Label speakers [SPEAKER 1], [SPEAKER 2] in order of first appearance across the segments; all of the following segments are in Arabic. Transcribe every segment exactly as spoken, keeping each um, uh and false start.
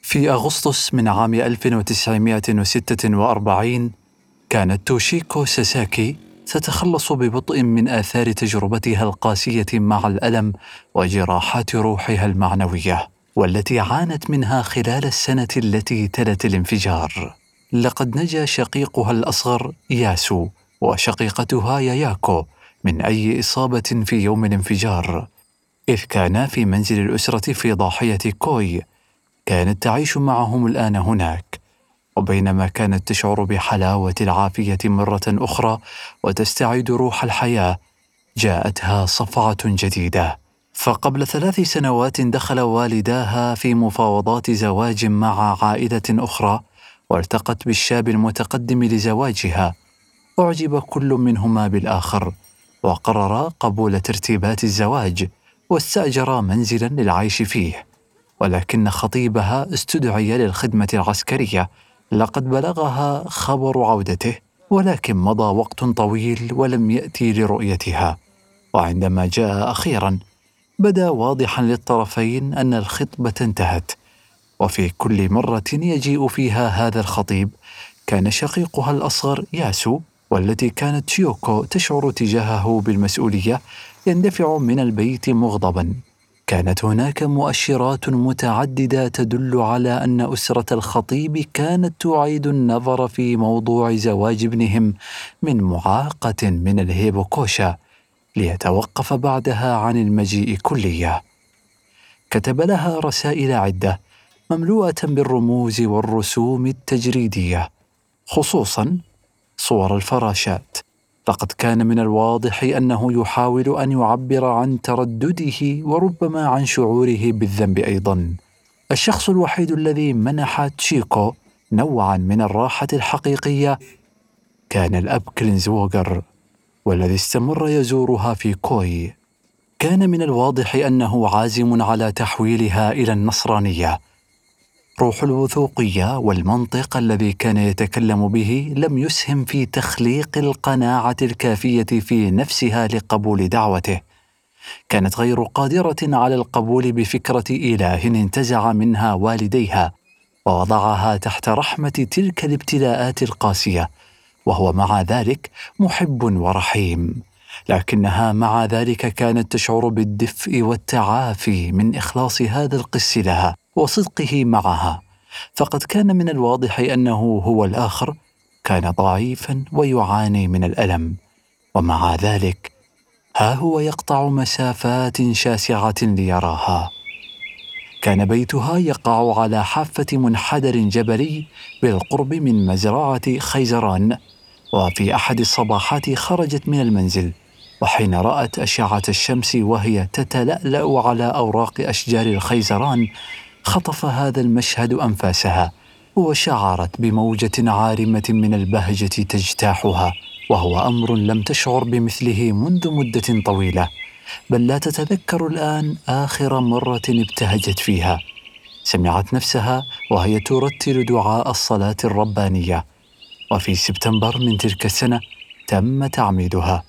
[SPEAKER 1] في أغسطس من عام ألف وتسعمائة وستة وأربعين كانت توشيكو ساساكي تتخلص ببطء من آثار تجربتها القاسية مع الألم وجراحات روحها المعنوية، والتي عانت منها خلال السنة التي تلت الانفجار. لقد نجا شقيقها الأصغر ياسو وشقيقتها ياياكو من أي إصابة في يوم الانفجار، إذ كانا في منزل الأسرة في ضاحية كوي. كانت تعيش معهم الآن هناك، وبينما كانت تشعر بحلاوة العافية مرة أخرى وتستعيد روح الحياة، جاءتها صفعة جديدة. فقبل ثلاث سنوات دخل والداها في مفاوضات زواج مع عائلة أخرى، والتقت بالشاب المتقدم لزواجها. أعجب كل منهما بالآخر، وقررا قبول ترتيبات الزواج، واستأجرا منزلا للعيش فيه. ولكن خطيبها استدعي للخدمة العسكرية. لقد بلغها خبر عودته، ولكن مضى وقت طويل ولم يأتي لرؤيتها. وعندما جاء أخيرا، بدا واضحا للطرفين أن الخطبة انتهت. وفي كل مرة يجيء فيها هذا الخطيب، كان شقيقها الأصغر ياسو، والتي كانت شيوكو تشعر تجاهه بالمسؤولية، يندفع من البيت مغضبا. كانت هناك مؤشرات متعددة تدل على أن أسرة الخطيب كانت تعيد النظر في موضوع زواج ابنهم من معاقة من الهيبوكوشا، ليتوقف بعدها عن المجيء كليا. كتب لها رسائل عدة مملوءة بالرموز والرسوم التجريدية، خصوصا صور الفراشات. لقد كان من الواضح أنه يحاول أن يعبر عن تردده وربما عن شعوره بالذنب أيضا. الشخص الوحيد الذي منح تشيكو نوعا من الراحة الحقيقية كان الأب كلينزوغر، والذي استمر يزورها في كوي. كان من الواضح أنه عازم على تحويلها إلى النصرانية. روح الوثوقية والمنطق الذي كان يتكلم به لم يسهم في تخليق القناعة الكافية في نفسها لقبول دعوته. كانت غير قادرة على القبول بفكرة إله انتزع منها والديها ووضعها تحت رحمة تلك الابتلاءات القاسية، وهو مع ذلك محب ورحيم. لكنها مع ذلك كانت تشعر بالدفء والتعافي من إخلاص هذا القس لها وصدقه معها. فقد كان من الواضح أنه هو الآخر كان ضعيفا ويعاني من الألم، ومع ذلك ها هو يقطع مسافات شاسعة ليراها. كان بيتها يقع على حافة منحدر جبلي بالقرب من مزرعة خيزران. وفي أحد الصباحات خرجت من المنزل، وحين رأت أشعة الشمس وهي تتلألأ على أوراق أشجار الخيزران، خطف هذا المشهد أنفاسها، وشعرت بموجة عارمة من البهجة تجتاحها، وهو أمر لم تشعر بمثله منذ مدة طويلة، بل لا تتذكر الآن آخر مرة ابتهجت فيها. سمعت نفسها وهي ترتل دعاء الصلاة الربانية، وفي سبتمبر من تلك السنة تم تعميدها.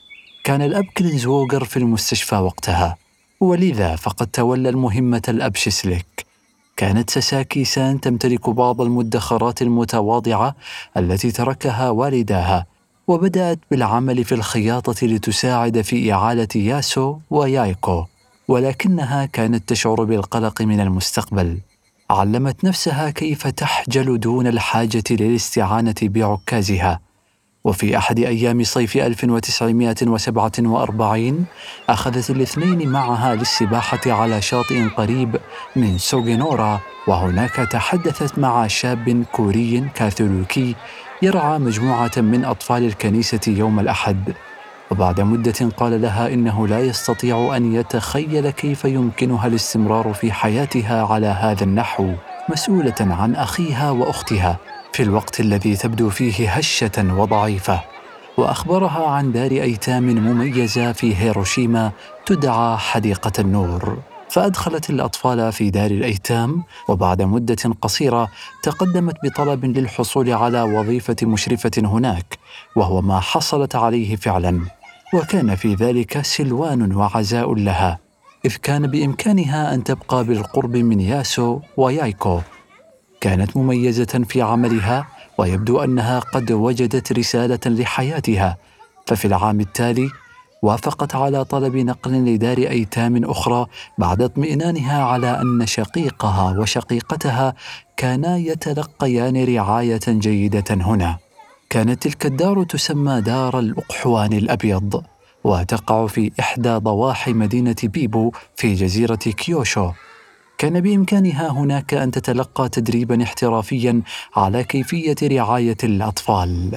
[SPEAKER 1] كان الأب كلينزوغر في المستشفى وقتها، ولذا فقد تولى المهمة الأب شيسليك. كانت ساساكي سان تمتلك بعض المدخرات المتواضعة التي تركها والداها، وبدأت بالعمل في الخياطة لتساعد في إعالة ياسو ويايكو، ولكنها كانت تشعر بالقلق من المستقبل. علمت نفسها كيف تحجل دون الحاجة للاستعانة بعكازها. وفي أحد أيام صيف ألف وتسعمائة وسبعة وأربعين أخذت الاثنين معها للسباحة على شاطئ قريب من سوغينورا، وهناك تحدثت مع شاب كوري كاثوليكي يرعى مجموعة من أطفال الكنيسة يوم الأحد. وبعد مدة قال لها إنه لا يستطيع أن يتخيل كيف يمكنها الاستمرار في حياتها على هذا النحو، مسؤولة عن أخيها وأختها في الوقت الذي تبدو فيه هشة وضعيفة. وأخبرها عن دار أيتام مميزة في هيروشيما تدعى حديقة النور، فأدخلت الأطفال في دار الأيتام. وبعد مدة قصيرة تقدمت بطلب للحصول على وظيفة مشرفة هناك، وهو ما حصلت عليه فعلا. وكان في ذلك سلوان وعزاء لها، إذ كان بإمكانها أن تبقى بالقرب من ياسو ويايكو كانت مميزة في عملها، ويبدو أنها قد وجدت رسالة لحياتها، ففي العام التالي وافقت على طلب نقل لدار أيتام أخرى بعد اطمئنانها على أن شقيقها وشقيقتها كانا يتلقيان رعاية جيدة هنا. كانت تلك الدار تسمى دار الأقحوان الأبيض، وتقع في إحدى ضواحي مدينة بيبو في جزيرة كيوشو. كان بإمكانها هناك أن تتلقى تدريبا احترافيا على كيفية رعاية الأطفال.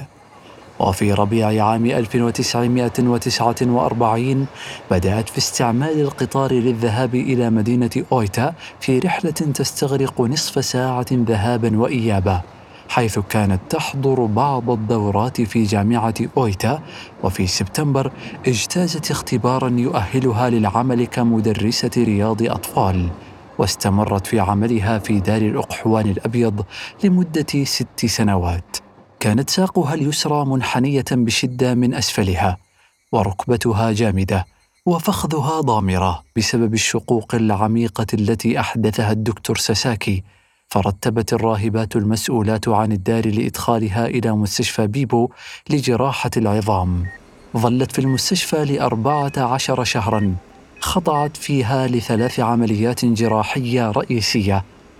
[SPEAKER 1] وفي ربيع عام ألف وتسعمائة وتسعة وأربعين بدأت في استعمال القطار للذهاب إلى مدينة أويتا في رحلة تستغرق نصف ساعة ذهابا وإيابا، حيث كانت تحضر بعض الدورات في جامعة أويتا. وفي سبتمبر اجتازت اختبارا يؤهلها للعمل كمدرسة رياض أطفال، واستمرت في عملها في دار الأقحوان الأبيض لمدة ست سنوات. كانت ساقها اليسرى منحنية بشدة من أسفلها، وركبتها جامدة، وفخذها ضامرة بسبب الشقوق العميقة التي أحدثها الدكتور ساساكي. فرتبت الراهبات المسؤولات عن الدار لإدخالها إلى مستشفى بيبو لجراحة العظام. ظلت في المستشفى لأربعة عشر شهراً، خضعت فيها لثلاث عمليات جراحية رئيسية.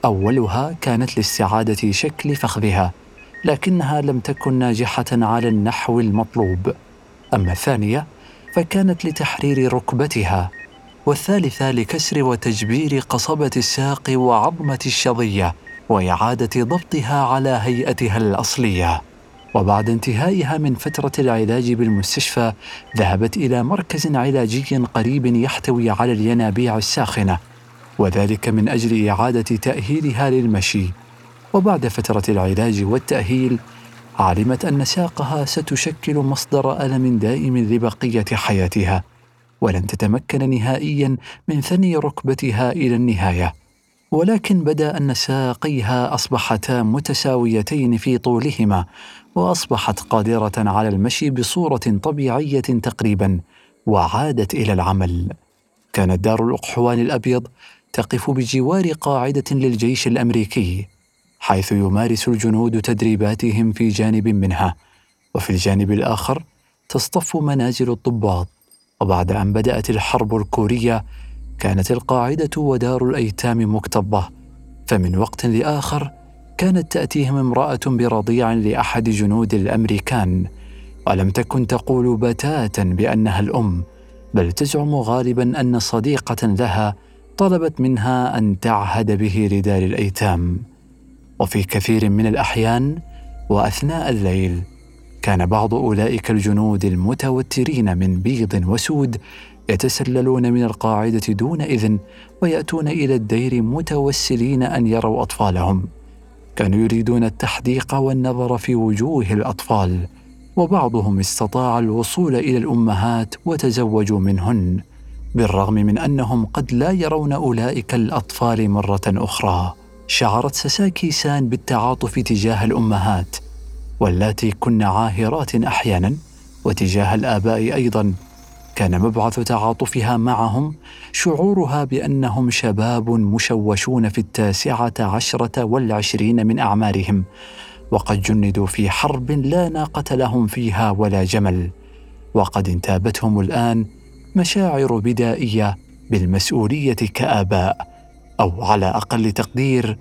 [SPEAKER 1] أولها كانت لاستعادة شكل فخذها، لكنها لم تكن ناجحة على النحو المطلوب. أما الثانية فكانت لتحرير ركبتها، والثالثة لكسر وتجبير قصبة الساق وعظمة الشظية وإعادة ضبطها على هيئتها الأصلية. وبعد انتهائها من فترة العلاج بالمستشفى ذهبت إلى مركز علاجي قريب يحتوي على الينابيع الساخنة، وذلك من أجل إعادة تأهيلها للمشي. وبعد فترة العلاج والتأهيل علمت أن ساقها ستشكل مصدر ألم دائم لبقية حياتها، ولن تتمكن نهائيا من ثني ركبتها إلى النهاية. ولكن بدا أن ساقيها أصبحتا متساويتين في طولهما، وأصبحت قادرة على المشي بصورة طبيعية تقريبا، وعادت إلى العمل. كانت دار الأقحوان الأبيض تقف بجوار قاعدة للجيش الأمريكي، حيث يمارس الجنود تدريباتهم في جانب منها، وفي الجانب الآخر تصطف منازل الضباط. وبعد أن بدأت الحرب الكورية كانت القاعدة ودار الأيتام مكتظة، فمن وقت لآخر كانت تأتيهم امرأة برضيع لأحد جنود الأمريكان، ولم تكن تقول بتاتا بأنها الأم، بل تزعم غالبا أن صديقة لها طلبت منها أن تعهد به لدار الأيتام. وفي كثير من الأحيان وأثناء الليل كان بعض أولئك الجنود المتوترين من بيض وسود يتسللون من القاعدة دون إذن ويأتون إلى الدير متوسلين أن يروا أطفالهم. كانوا يريدون التحديق والنظر في وجوه الأطفال، وبعضهم استطاع الوصول إلى الأمهات وتزوجوا منهن، بالرغم من أنهم قد لا يرون أولئك الأطفال مرة أخرى. شعرت ساساكي سان بالتعاطف تجاه الأمهات، واللاتي كن عاهرات أحيانا، وتجاه الآباء أيضا. كان مبعث تعاطفها معهم شعورها بأنهم شباب مشوشون في التاسعة عشرة والعشرين من أعمارهم، وقد جندوا في حرب لا ناقة لهم فيها ولا جمل، وقد انتابتهم الآن مشاعر بدائية بالمسؤولية كآباء، أو على أقل تقدير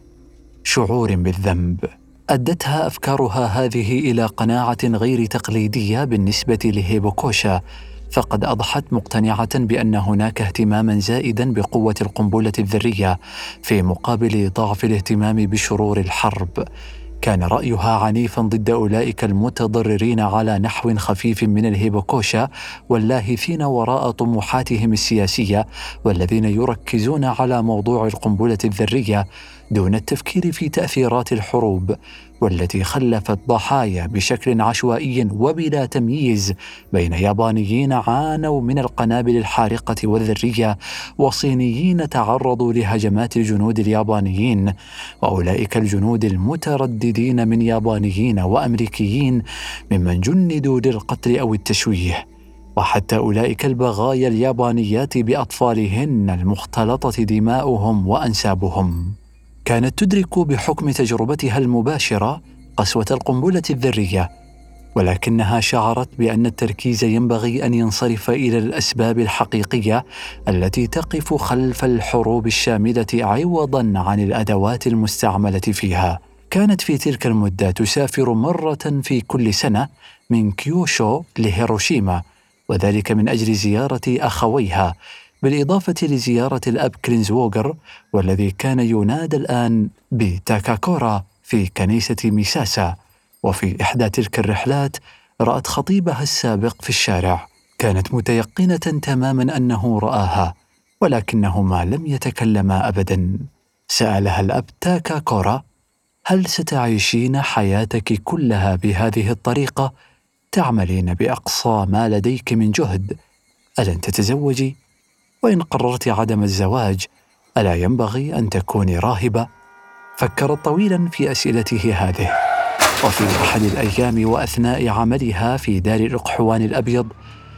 [SPEAKER 1] شعور بالذنب. أدتها أفكارها هذه إلى قناعة غير تقليدية بالنسبة لهيبوكوشا، فقد أضحت مقتنعة بأن هناك اهتماما زائدا بقوة القنبلة الذرية في مقابل ضعف الاهتمام بشرور الحرب. كان رأيها عنيفا ضد أولئك المتضررين على نحو خفيف من الهيبوكوشا واللاهثين وراء طموحاتهم السياسية، والذين يركزون على موضوع القنبلة الذرية دون التفكير في تأثيرات الحروب، والتي خلفت ضحايا بشكل عشوائي وبلا تمييز بين يابانيين عانوا من القنابل الحارقة والذرية، وصينيين تعرضوا لهجمات الجنود اليابانيين، وأولئك الجنود المترددين من يابانيين وأمريكيين ممن جندوا للقتل أو التشويه، وحتى أولئك البغايا اليابانيات بأطفالهن المختلطة دماؤهم وأنسابهم. كانت تدرك بحكم تجربتها المباشرة قسوة القنبلة الذرية، ولكنها شعرت بأن التركيز ينبغي أن ينصرف إلى الأسباب الحقيقية التي تقف خلف الحروب الشاملة عوضاً عن الأدوات المستعملة فيها. كانت في تلك المدة تسافر مرة في كل سنة من كيوشو لهيروشيما، وذلك من أجل زيارة أخويها، بالإضافة لزيارة الأب كلينزووغر، والذي كان ينادى الآن بتاكاكورا في كنيسة ميساسا. وفي إحدى تلك الرحلات رأت خطيبها السابق في الشارع. كانت متيقنة تماما أنه رآها، ولكنهما لم يتكلما أبدا. سألها الأب تاكاكورا: هل ستعيشين حياتك كلها بهذه الطريقة؟ تعملين بأقصى ما لديك من جهد، ألن تتزوجي؟ وإن قررت عدم الزواج، ألا ينبغي أن تكوني راهبة؟ فكرت طويلا في أسئلته هذه. وفي أحد الأيام وأثناء عملها في دار الأقحوان الأبيض،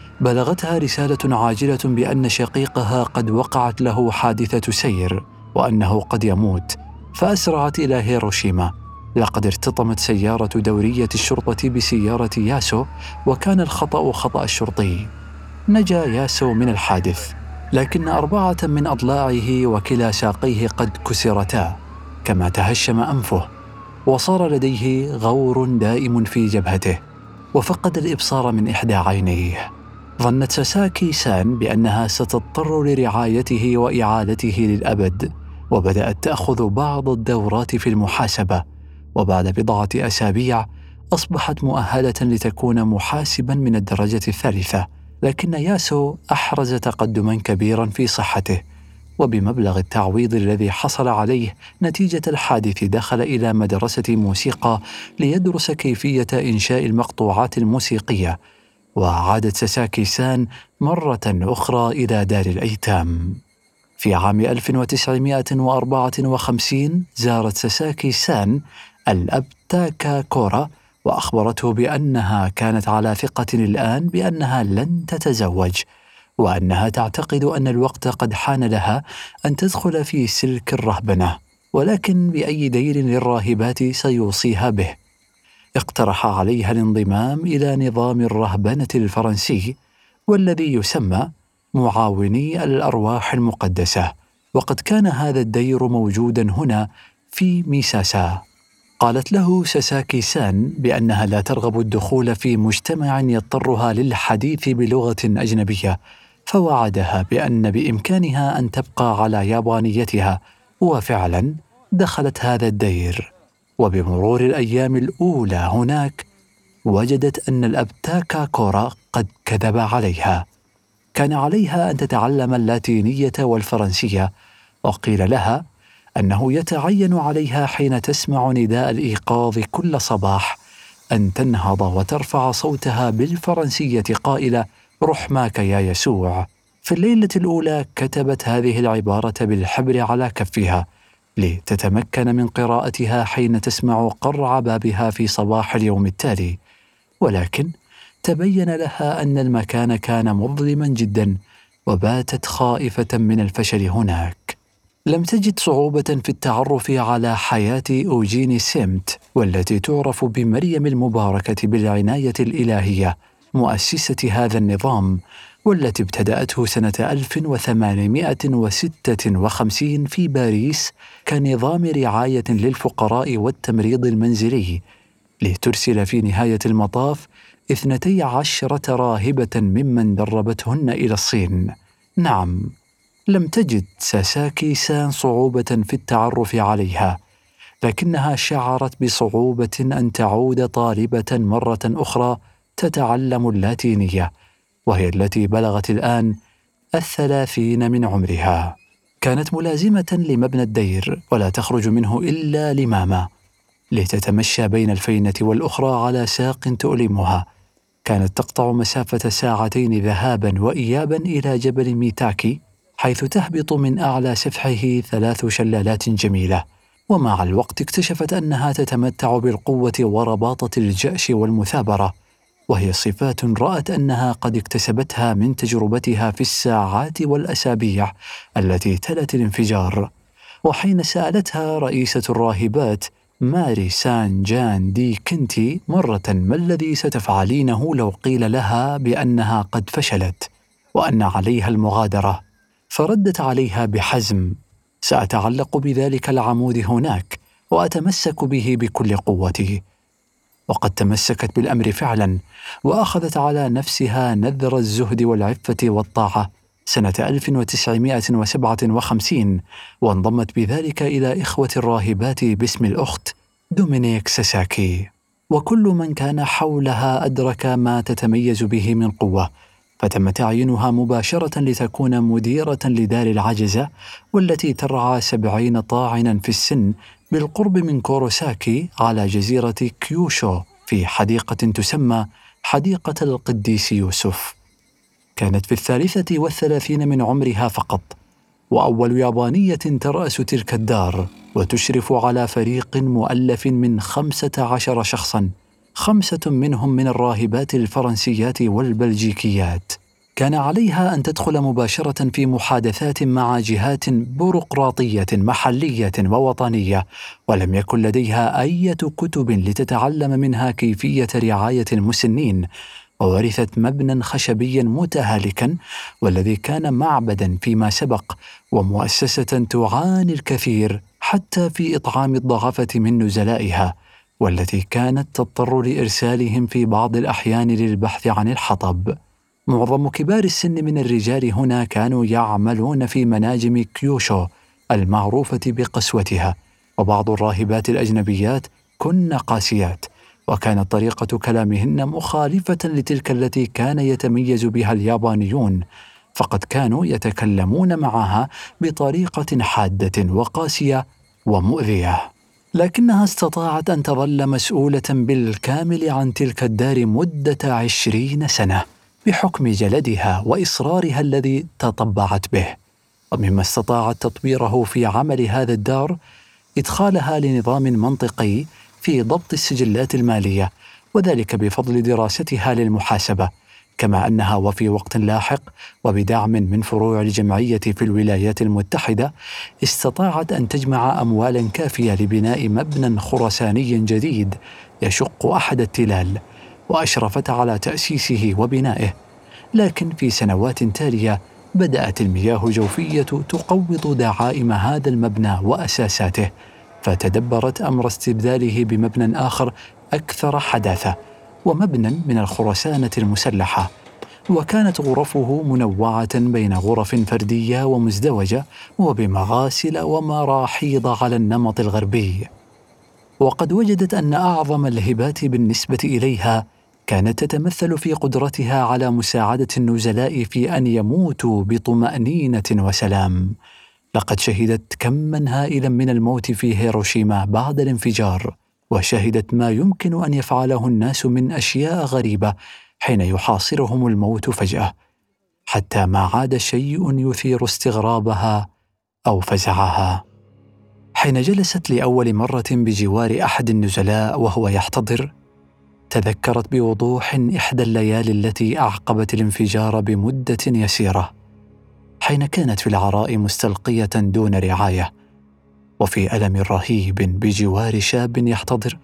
[SPEAKER 1] بلغتها رسالة عاجلة بأن شقيقها قد وقعت له حادثة سير وأنه قد يموت، فأسرعت إلى هيروشيما. لقد ارتطمت سيارة دورية الشرطة بسيارة ياسو، وكان الخطأ خطأ الشرطي. نجا ياسو من الحادث، لكن أربعة من أضلاعه وكلا ساقيه قد كسرتا، كما تهشم أنفه، وصار لديه غور دائم في جبهته، وفقد الإبصار من إحدى عينيه. ظنت ساساكي سان بأنها ستضطر لرعايته وإعالته للأبد، وبدأت تأخذ بعض الدورات في المحاسبة، وبعد بضعة أسابيع أصبحت مؤهلة لتكون محاسبا من الدرجة الثالثة. لكن ياسو أحرز تقدما كبيرا في صحته، وبمبلغ التعويض الذي حصل عليه نتيجة الحادث دخل إلى مدرسة موسيقى ليدرس كيفية إنشاء المقطوعات الموسيقية. وعادت ساساكي سان مرة أخرى إلى دار الأيتام. في عام ألف وتسعمائة وأربعة وخمسين زارت ساساكي سان الأب تاكاكورا، وأخبرته بأنها كانت على ثقة الآن بأنها لن تتزوج، وأنها تعتقد أن الوقت قد حان لها أن تدخل في سلك الرهبنة، ولكن بأي دير للراهبات سيوصيها به. اقترح عليها الانضمام إلى نظام الرهبنة الفرنسي، والذي يسمى معاوني الأرواح المقدسة، وقد كان هذا الدير موجودا هنا في ميساسا. قالت له ساساكي سان بأنها لا ترغب الدخول في مجتمع يضطرها للحديث بلغة أجنبية، فوعدها بأن بإمكانها أن تبقى على يابانيتها، وفعلا دخلت هذا الدير. وبمرور الأيام الأولى هناك وجدت أن الأب تاكاكورا قد كذب عليها. كان عليها أن تتعلم اللاتينية والفرنسية، وقيل لها أنه يتعين عليها حين تسمع نداء الإيقاظ كل صباح أن تنهض وترفع صوتها بالفرنسية قائلة: رحماك يا يسوع. في الليلة الأولى كتبت هذه العبارة بالحبر على كفها لتتمكن من قراءتها حين تسمع قرع بابها في صباح اليوم التالي، ولكن تبين لها أن المكان كان مظلما جدا، وباتت خائفة من الفشل هناك. لم تجد صعوبة في التعرف على حياة أوجيني سيمت، والتي تعرف بمريم المباركة بالعناية الإلهية، مؤسسة هذا النظام، والتي ابتدأته سنة ألف وثمانمائة وستة وخمسين في باريس كنظام رعاية للفقراء والتمريض المنزلي، لترسل في نهاية المطاف اثنتي عشرة راهبة ممن دربتهن إلى الصين. نعم، لم تجد ساساكي سان صعوبة في التعرف عليها، لكنها شعرت بصعوبة أن تعود طالبة مرة أخرى تتعلم اللاتينية، وهي التي بلغت الآن الثلاثين من عمرها. كانت ملازمة لمبنى الدير، ولا تخرج منه إلا لماما، لتتمشى بين الفينة والأخرى على ساق تؤلمها. كانت تقطع مسافة ساعتين ذهابا وإيابا إلى جبل ميتاكي، حيث تهبط من أعلى سفحه ثلاث شلالات جميلة. ومع الوقت اكتشفت أنها تتمتع بالقوة ورباطة الجأش والمثابرة، وهي صفات رأت أنها قد اكتسبتها من تجربتها في الساعات والأسابيع التي تلت الانفجار. وحين سألتها رئيسة الراهبات ماري سان جان دي كنتي مرة ما الذي ستفعلينه لو قيل لها بأنها قد فشلت وأن عليها المغادرة، فردت عليها بحزم: سأتعلق بذلك العمود هناك وأتمسك به بكل قوتي. وقد تمسكت بالأمر فعلا، وأخذت على نفسها نذر الزهد والعفة والطاعة سنة ألف وتسعمائة وسبعة وخمسين، وانضمت بذلك إلى إخوة الراهبات باسم الأخت دومينيك ساساكي. وكل من كان حولها أدرك ما تتميز به من قوة، فتم تعيينها مباشرة لتكون مديرة لدار العجزة، والتي ترعى سبعين طاعنا في السن بالقرب من كوروساكي على جزيرة كيوشو في حديقة تسمى حديقة القديس يوسف. كانت في الثالثة والثلاثين من عمرها فقط، وأول يابانية ترأس تلك الدار، وتشرف على فريق مؤلف من خمسة عشر شخصاً، خمسة منهم من الراهبات الفرنسيات والبلجيكيات. كان عليها أن تدخل مباشرة في محادثات مع جهات بيروقراطية محلية ووطنية، ولم يكن لديها أي كتب لتتعلم منها كيفية رعاية المسنين، وورثت مبنى خشبي متهالكا والذي كان معبدا فيما سبق، ومؤسسة تعاني الكثير حتى في إطعام الضعفة من نزلائها، والتي كانت تضطر لإرسالهم في بعض الأحيان للبحث عن الحطب. معظم كبار السن من الرجال هنا كانوا يعملون في مناجم كيوشو المعروفة بقسوتها، وبعض الراهبات الأجنبيات كن قاسيات، وكانت طريقة كلامهن مخالفة لتلك التي كان يتميز بها اليابانيون، فقد كانوا يتكلمون معها بطريقة حادة وقاسية ومؤذية. لكنها استطاعت أن تظل مسؤولة بالكامل عن تلك الدار مدة عشرين سنة بحكم جلدها وإصرارها الذي تطبعت به. ومما استطاعت تطويره في عمل هذا الدار إدخالها لنظام منطقي في ضبط السجلات المالية، وذلك بفضل دراستها للمحاسبة، كما أنها وفي وقت لاحق وبدعم من فروع الجمعية في الولايات المتحدة استطاعت أن تجمع أموالا كافية لبناء مبنى خرساني جديد يشق أحد التلال، وأشرفت على تأسيسه وبنائه. لكن في سنوات تالية بدأت المياه الجوفية تقوض دعائم هذا المبنى وأساساته، فتدبرت أمر استبداله بمبنى آخر أكثر حداثة، ومبنى من الخرسانة المسلحة، وكانت غرفه منوعة بين غرف فردية ومزدوجة، وبمغاسل ومراحيض على النمط الغربي. وقد وجدت أن أعظم الهبات بالنسبة إليها كانت تتمثل في قدرتها على مساعدة النزلاء في أن يموتوا بطمأنينة وسلام. لقد شهدت كماً هائلاً من الموت في هيروشيما بعد الانفجار، وشهدت ما يمكن أن يفعله الناس من أشياء غريبة حين يحاصرهم الموت فجأة، حتى ما عاد شيء يثير استغرابها أو فزعها. حين جلست لأول مرة بجوار أحد النزلاء وهو يحتضر، تذكرت بوضوح إحدى الليالي التي أعقبت الانفجار بمدة يسيرة، حين كانت في العراء مستلقية دون رعاية وفي ألم رهيب بجوار شاب يحتضر.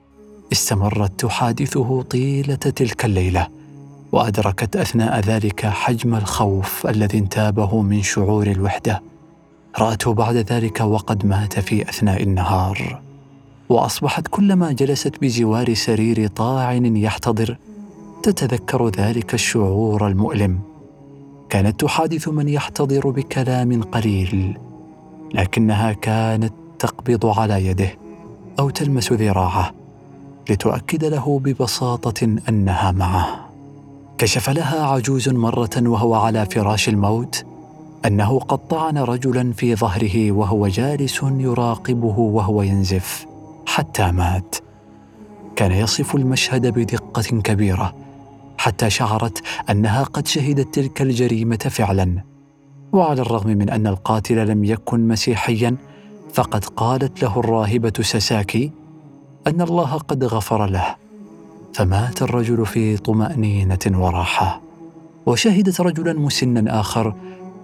[SPEAKER 1] استمرت تحادثه طيلة تلك الليلة، وأدركت أثناء ذلك حجم الخوف الذي انتابه من شعور الوحدة. رأته بعد ذلك وقد مات في أثناء النهار، وأصبحت كلما جلست بجوار سرير طاعن يحتضر تتذكر ذلك الشعور المؤلم. كانت تحادث من يحتضر بكلام قليل، لكنها كانت تقبض على يده أو تلمس ذراعه لتؤكد له ببساطة أنها معه. كشف لها عجوز مرة وهو على فراش الموت أنه قد طعن رجلا في ظهره وهو جالس يراقبه وهو ينزف حتى مات. كان يصف المشهد بدقة كبيرة، حتى شعرت أنها قد شهدت تلك الجريمة فعلا. وعلى الرغم من أن القاتل لم يكن مسيحيا، فقد قالت له الراهبة ساساكي أن الله قد غفر له، فمات الرجل في طمأنينة وراحة. وشهدت رجلا مسنا آخر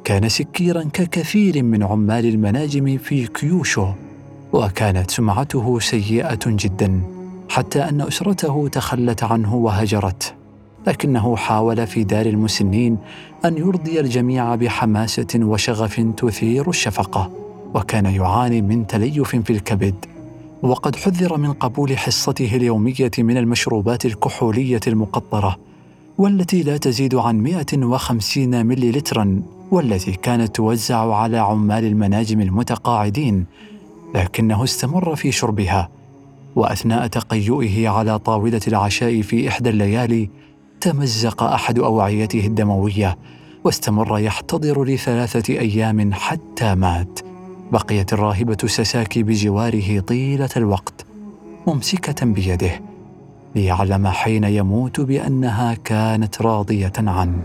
[SPEAKER 1] كان سكيرا ككثير من عمال المناجم في كيوشو، وكانت سمعته سيئة جدا حتى أن أسرته تخلت عنه وهجرته، لكنه حاول في دار المسنين أن يرضي الجميع بحماسة وشغف تثير الشفقة، وكان يعاني من تليف في الكبد، وقد حذر من قبول حصته اليومية من المشروبات الكحولية المقطرة والتي لا تزيد عن مئة وخمسين مليلترا، والتي كانت توزع على عمال المناجم المتقاعدين، لكنه استمر في شربها. وأثناء تقيؤه على طاولة العشاء في إحدى الليالي تمزق أحد أوعيته الدموية، واستمر يحتضر لثلاثة أيام حتى مات. بقيت الراهبة ساساكي بجواره طيلة الوقت ممسكة بيده ليعلم حين يموت بأنها كانت راضية عنه.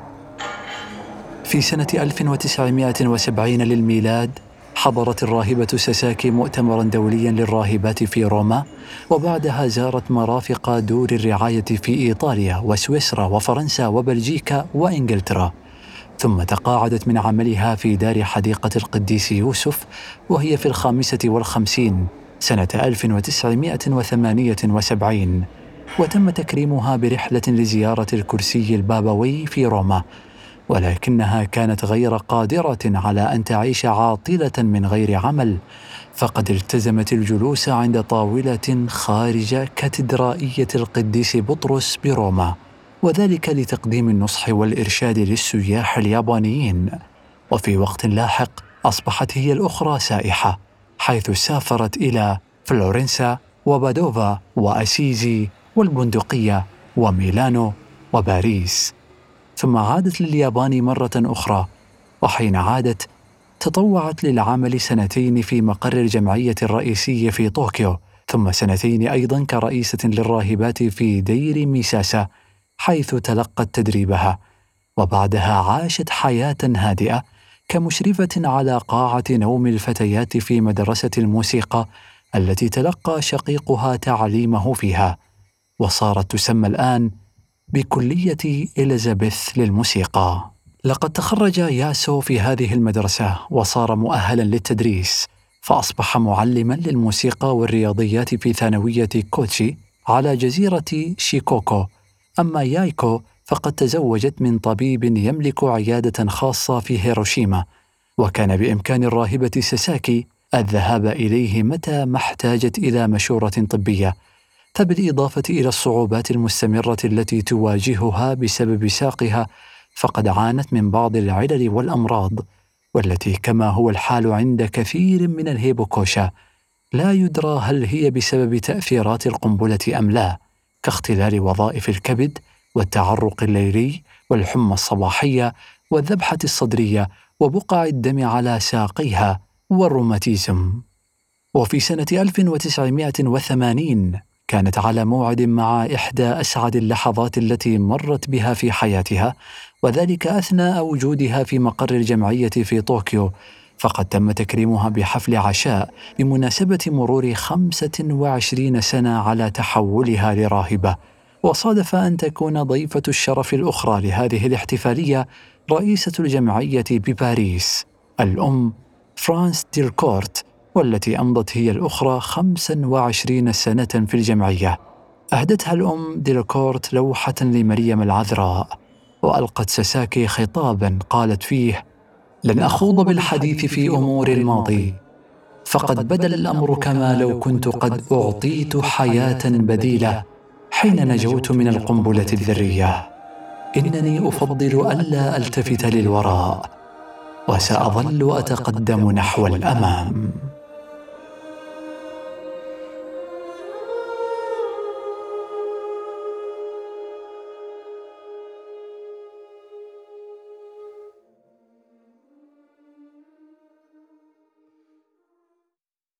[SPEAKER 1] في سنة ألف وتسعمائة وسبعين للميلاد حضرت الراهبة ساساكي مؤتمرا دوليا للراهبات في روما، وبعدها زارت مرافق دور الرعاية في إيطاليا وسويسرا وفرنسا وبلجيكا وإنجلترا، ثم تقاعدت من عملها في دار حديقة القديس يوسف وهي في الخامسة والخمسين سنة ألف وتسعمائة وثمانية وسبعين، وتم تكريمها برحلة لزيارة الكرسي البابوي في روما، ولكنها كانت غير قادرة على أن تعيش عاطلة من غير عمل، فقد التزمت الجلوس عند طاولة خارج كاتدرائية القديس بطرس بروما، وذلك لتقديم النصح والإرشاد للسياح اليابانيين. وفي وقت لاحق أصبحت هي الأخرى سائحة، حيث سافرت إلى فلورنسا وبادوفا وأسيزي والبندقية وميلانو وباريس، ثم عادت لليابان مرة أخرى، وحين عادت تطوعت للعمل سنتين في مقر الجمعية الرئيسية في طوكيو، ثم سنتين أيضا كرئيسة للراهبات في دير ميساسا حيث تلقت تدريبها، وبعدها عاشت حياة هادئة كمشرفة على قاعة نوم الفتيات في مدرسة الموسيقى التي تلقى شقيقها تعليمه فيها، وصارت تسمى الآن بكلية إليزابيث للموسيقى. لقد تخرج ياسو في هذه المدرسة وصار مؤهلا للتدريس، فأصبح معلما للموسيقى والرياضيات في ثانوية كوتشي على جزيرة شيكوكو. أما يايكو فقد تزوجت من طبيب يملك عيادة خاصة في هيروشيما، وكان بإمكان الراهبة ساساكي الذهاب إليه متى ما احتاجت إلى مشورة طبية، فبالإضافة إلى الصعوبات المستمرة التي تواجهها بسبب ساقها، فقد عانت من بعض العلل والأمراض، والتي كما هو الحال عند كثير من الهيبوكوشا لا يدرى هل هي بسبب تأثيرات القنبلة أم لا، كاختلال وظائف الكبد والتعرق الليلي والحمى الصباحية والذبحة الصدرية وبقع الدم على ساقيها والروماتيزم. وفي سنة ألف وتسعمائة وثمانين كانت على موعد مع إحدى أسعد اللحظات التي مرت بها في حياتها، وذلك أثناء وجودها في مقر الجمعية في طوكيو، فقد تم تكريمها بحفل عشاء بمناسبة مرور خمسة وعشرين سنة على تحولها لراهبة. وصادف أن تكون ضيفة الشرف الأخرى لهذه الاحتفالية رئيسة الجمعية بباريس الأم فرانس ديلكورت، والتي أمضت هي الأخرى خمسا وعشرين سنة في الجمعية. أهدتها الأم ديلكورت لوحة لمريم العذراء، وألقت ساساكي خطابا قالت فيه: لن أخوض بالحديث في أمور الماضي، فقد بدا الأمر كما لو كنت قد أعطيت حياة بديلة حين نجوت من القنبلة الذرية. إنني أفضل ألا ألتفت للوراء، وسأظل أتقدم نحو الأمام.